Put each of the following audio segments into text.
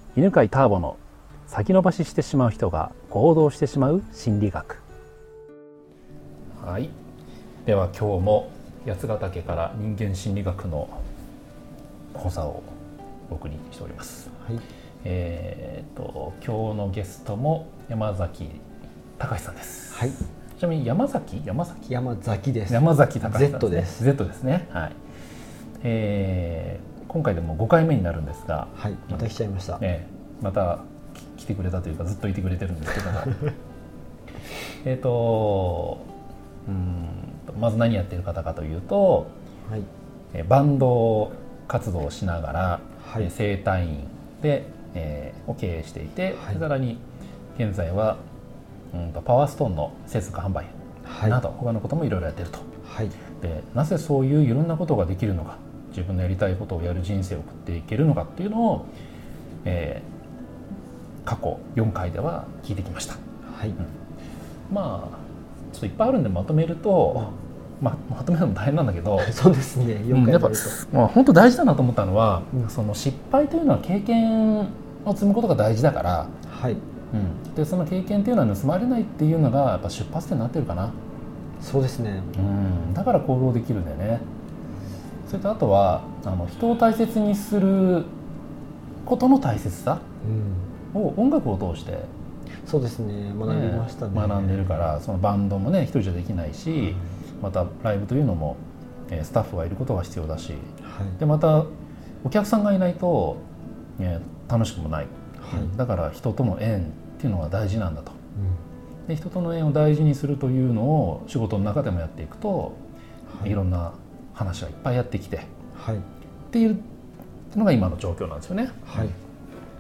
犬飼ターボの先延ばししてしまう人が行動してしまう心理学。はい、では今日も八ヶ岳から人間心理学の講座をお送りしております。はい、今日のゲストも山崎隆さんです。はい、ちなみに山崎です。 山崎隆さん、ね、 Z です。Z ですね。はい。今回でも5回目になるんですが、 はい、また来ちゃいました。 また来てくれたというかずっといてくれてるんですけどまず何やってる方かというと、はい、バンド活動をしながら、はい、整体院で、を経営していて、はい、さらに現在はパワーストーンの製作販売など、他のこともいろいろやってると、はい、でなぜそういういろんなことができるのか、自分のやりたいことをやる人生を送っていけるのかっていうのを、過去4回では聞いてきました。はい、まあちょっといっぱいあるんでまとめると、まとめるのも大変なんだけどそうですね、4回やっぱ、本当大事だなと思ったのは、その失敗というのは経験を積むことが大事だから、はい、でその経験っていうのは盗まれないっていうのがやっぱ出発点になってるかな。 そうですね、 だから行動できるんだよね。それとあとは人を大切にすることの大切さを音楽を通してそうですね、学びましたね。 学んでるから、そのバンドもね一人じゃできないし、またライブというのもスタッフがいることが必要だし、はい、でまたお客さんがいないと、楽しくもない、はい、だから人との縁っていうのが大事なんだと、で人との縁を大事にするというのを仕事の中でもやっていくと、はい、いろんな話がいっぱいやってきて、はい、っていうのが今の状況なんですよね。はい、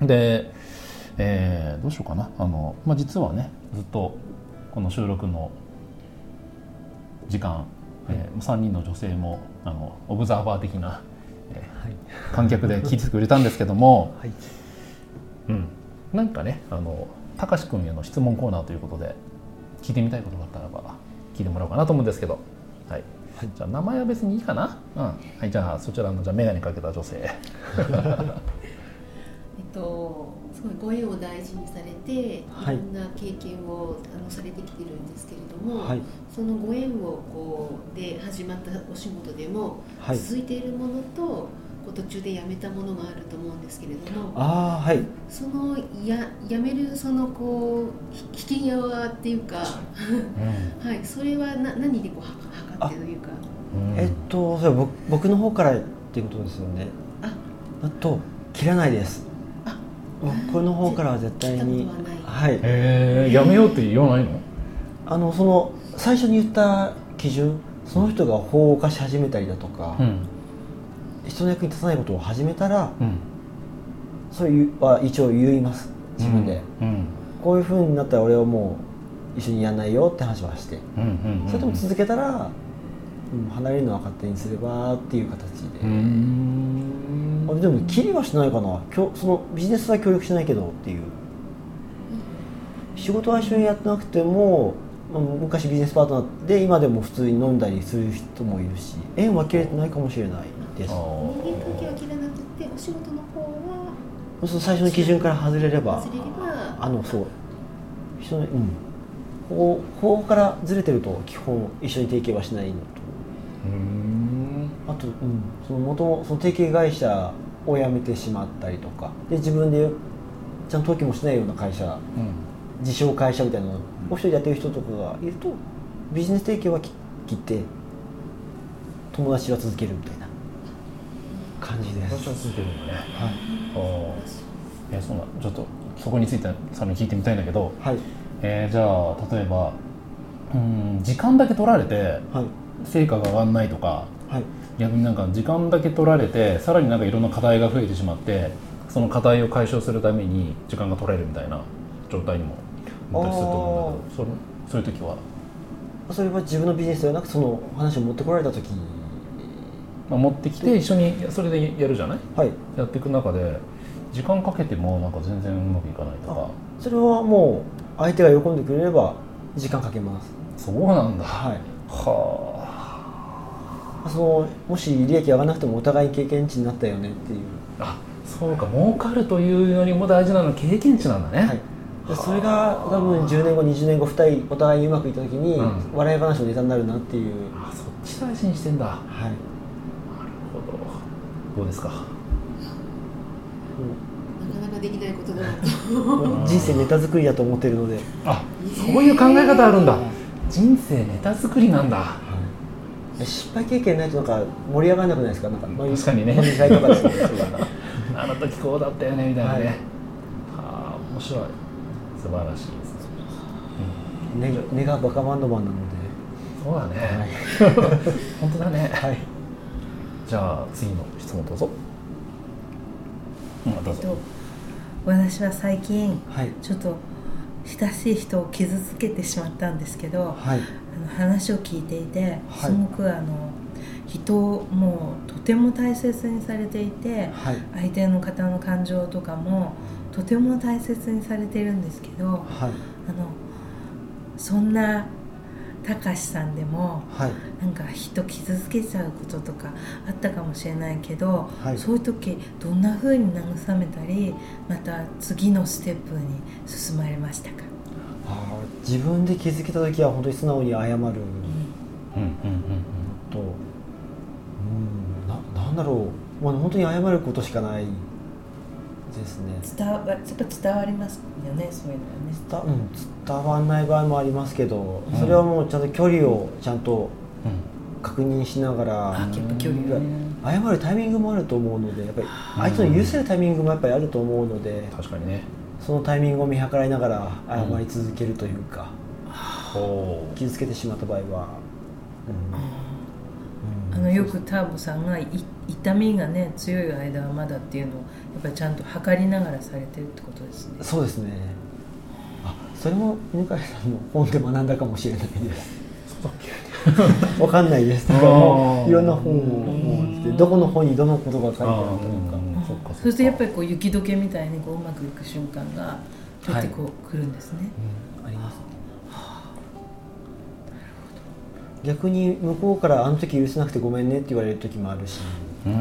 で、どうしようかな。実はねずっとこの収録の時間、3人の女性もオブザーバー的な、観客で聞いてくれたんですけども、はい、なんかねたかし君への質問コーナーということで聞いてみたいことがあったらば聞いてもらおうかなと思うんですけど、はい、はい、じゃあ名前は別にいいかな。はい、じゃあそちらの眼鏡かけた女性すごいご縁を大事にされて、いろんな経験をされてきてるんですけれども、はい、そのご縁をで始まったお仕事でも、はい、続いているものと途中で辞めたものがあると思うんですけれども、はい、その辞めるその引き際っていうか、はい、それは何で測ってというか、 それは僕の方からっていうことですよね。切らないです。僕の方からは絶対に、 はい、やめようって言わないの？ その最初に言った基準、その人が法を犯し始めたりだとか、人の役に立たないことを始めたら、それは一応言います、自分で、こういう風になったら俺はもう一緒にやらないよって話はして、それとも続けたら、離れるのは勝手にすればっていう形で。でもキリはしないかな。そのビジネスは協力しないけどっていう、仕事は一緒にやってなくても、昔ビジネスパートナーで今でも普通に飲んだりする人もいるし、縁は切れてないかもしれないです。人間関係は切らなくて、お仕事の方は最初の基準から外れればそう人の、法からずれてると基本一緒に提携はしないのと、あと、その提携会社を辞めてしまったりとかで、自分でちゃんと登記もしないような会社、自称会社みたいなのを一人でやってる人とかがいると、ビジネス提携は切って友達は続けるみたいな感じです。 友達は続けるんだね。はい。ちょっとそこについてさらに聞いてみたいんだけど、はい、じゃあ例えば時間だけ取られて、はい、成果が上がらないとか、はい、逆になんか時間だけ取られてさらになんかいろんな課題が増えてしまって、その課題を解消するために時間が取られるみたいな状態にもなったりすると思うんだけど、そういう時はそれは自分のビジネスではなく、その話を持ってこられた時に、 持ってきて一緒にそれでやるじゃない、はい、やっていく中で時間かけてもなんか全然うまくいかないとか。 それはもう相手が喜んでくれれば時間かけます。 そうなんだ。はい。 もし利益上がらなくてもお互い経験値になったよねっていう。 そそうか、儲かるというよりも大事なのは経験値なんだね。 はい、でそれが多分10年後20年後2人お互いにうまくいった時に、笑い話のネタになるなっていう。 あ、そっち大事にしてんだ。はい、なるほど。どうですか。 なかなかできないことだなと人生ネタ作りだと思ってるので。 あ、そういう考え方あるんだ。人生ネタ作りなんだ。 失敗経験ないとなんか盛り上がらなくないですか。なんか確かにね。 とかですねあの時こうだったよねみたいなね。はあ、面白い。素晴らしいです。 根がバカバンドマンなので。 そうだね。本当だね。はい。じゃあ次の質問どうぞ。 どうぞ。私は最近、ちょっと親しい人を傷つけてしまったんですけど、話を聞いていてすごく人をもうとても大切にされていて、相手の方の感情とかもとても大切にされているんですけど、そんなたかしさんでも、なんか人傷つけちゃうこととかあったかもしれないけど、そういう時どんな風に慰めたり、また次のステップに進まれましたか。 自分で気づけた時は本当に素直に謝ると、なんだろう、もう本当に謝ることしかないですね。 やっぱ伝わりますよね、そういうのはね。 伝わらない場合もありますけど、それはもうちゃんと距離をちゃんと確認しながら、謝るタイミングもあると思うので、やっぱり相手の許せるタイミングもやっぱりあると思うので、 確かにね、 そのタイミングを見計らいながら謝り続けるというか、傷つけてしまった場合は、 よくターボさんが痛みがね強い間はまだっていうのをやっぱりちゃんと測りながらされてるってことですね。 そうですね。それも犬飼さんの本で学んだかもしれないです。 そうだっけ。 わかんないですけど、いろんな本をどこの本にどのことが書いてあるのか。 そしてやっぱりこう雪解けみたいにこううまくいく瞬間がちょっとこう来るんですね。 ありますね。逆に向こうからあの時許せなくてごめんねって言われる時もあるし。 な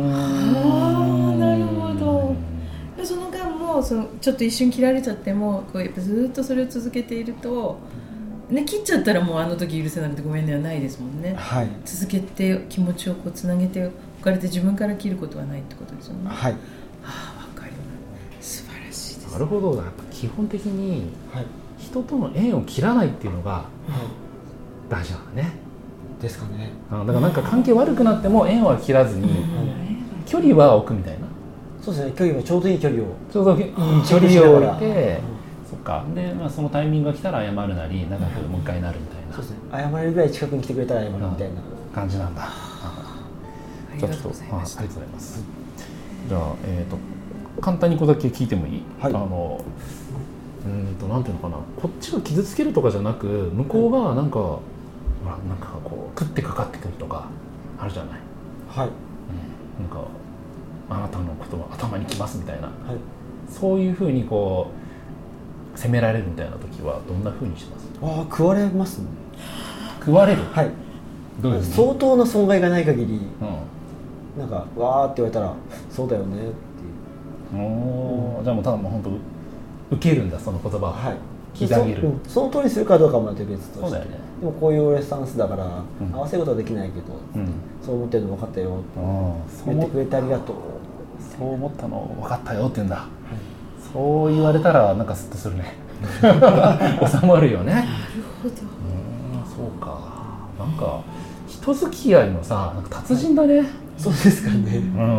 るほど。その間もちょっと一瞬切られちゃってもこうやっぱずっとそれを続けていると、ね、切っちゃったらもうあの時許せなくてごめんねはないですもんね。続けて気持ちをこうつなげておかれて自分から切ることはないってことですよね。わかります。素晴らしいです。 なるほど。やっぱ基本的に人との縁を切らないっていうのが大事なんだね。 ですかね。 だからなんか関係悪くなっても縁は切らずに距離は置くみたいな。 そうですね。距離はちょうどいい距離を。 ちょうどいい距離を置いて、そっか。で、そのタイミングが来たら謝るなり、長くもう一回なるみたいな。 そうですね。謝れるぐらい近くに来てくれたら謝るみたいな感じなんだ。じゃあちょっとありがとうございます。じゃあ簡単にここだけ聞いてもいい？なんていうのかな。こっちが傷つけるとかじゃなく、向こうがなんかこう食ってかかってくるとかあるじゃない。なんかあなたのことは頭にきますみたいな、そういうふうにこう責められるみたいな時はどんなふうにします？ 食われますね。 食われる？ どういう相当な損害がない限り、なんかわーって言われたらそうだよねっていう。 じゃあもうただもう本当受けるんだ、その言葉を。聞いてあげる。 その通りにするかどうかもまた別として。 そうだよね。 でもこういう俺スタンスだから合わせることはできないけど、そう思ってるの分かったよって言ってくれてありがとう。 そう思ったの分かったよって言うんだ。そう言われたらなんかスッとするね。収まるよね。なるほど。 そうか。なんか人付き合いのさ、なんか達人だね。 そうですかね。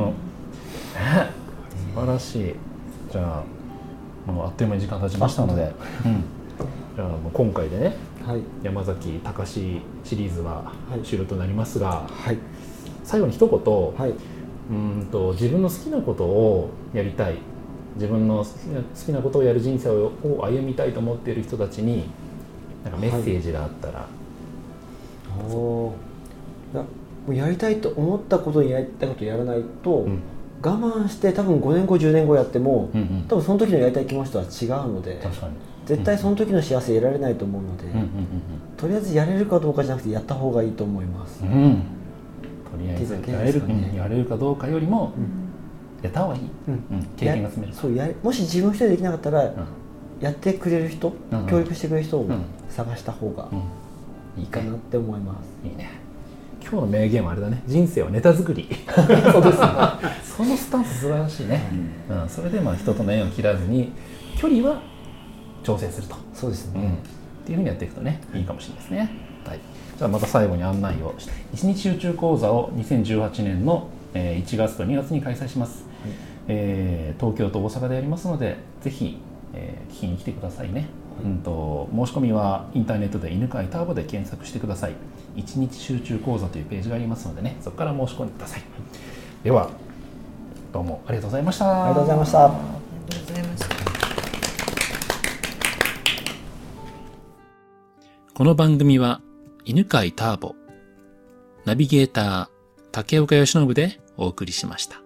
素晴らしい。じゃあもうあっという間に時間経ちましたので、じゃあもう今回でね、山崎隆シリーズは終了となりますが、最後に一言、自分の好きなことをやりたい、自分の好きなことをやる人生を歩みたいと思っている人たちになんかメッセージがあったら。 やりたいと思ったことにやりたいことをやらないと、我慢して多分5年後10年後やっても、多分その時のやりたい気持ちとは違うので、絶対その時の幸せ得られないと思うので、とりあえずやれるかどうかじゃなくてやった方がいいと思います。 とりあえずやれるかどうかよりも、 やった方がいい、経験が積める。 そうもし自分一人でできなかったら、やってくれる人、協力してくれる人を探した方がいいかなって思います。 いいね。今日の名言はあれだね、人生はネタ作り。そうですね。そのスタンス素晴らしいね。それで人との縁を切らずに距離は調整すると。 そうですね。 っていうふうにやっていくとね、いいかもしれないですね。はい。じゃあまた最後に案内をして、1日集中講座を2018年の1月と2月に開催します。東京と大阪でやりますので、ぜひ聞きに来てくださいね。申し込みはインターネットで犬飼ターボで検索してください。1日集中講座というページがありますのでね、そこから申し込んでください。ではどうもありがとうございました。 ありがとうございました。 ありがとうございました。 この番組は犬飼ターボ、ナビゲーター竹岡由伸でお送りしました。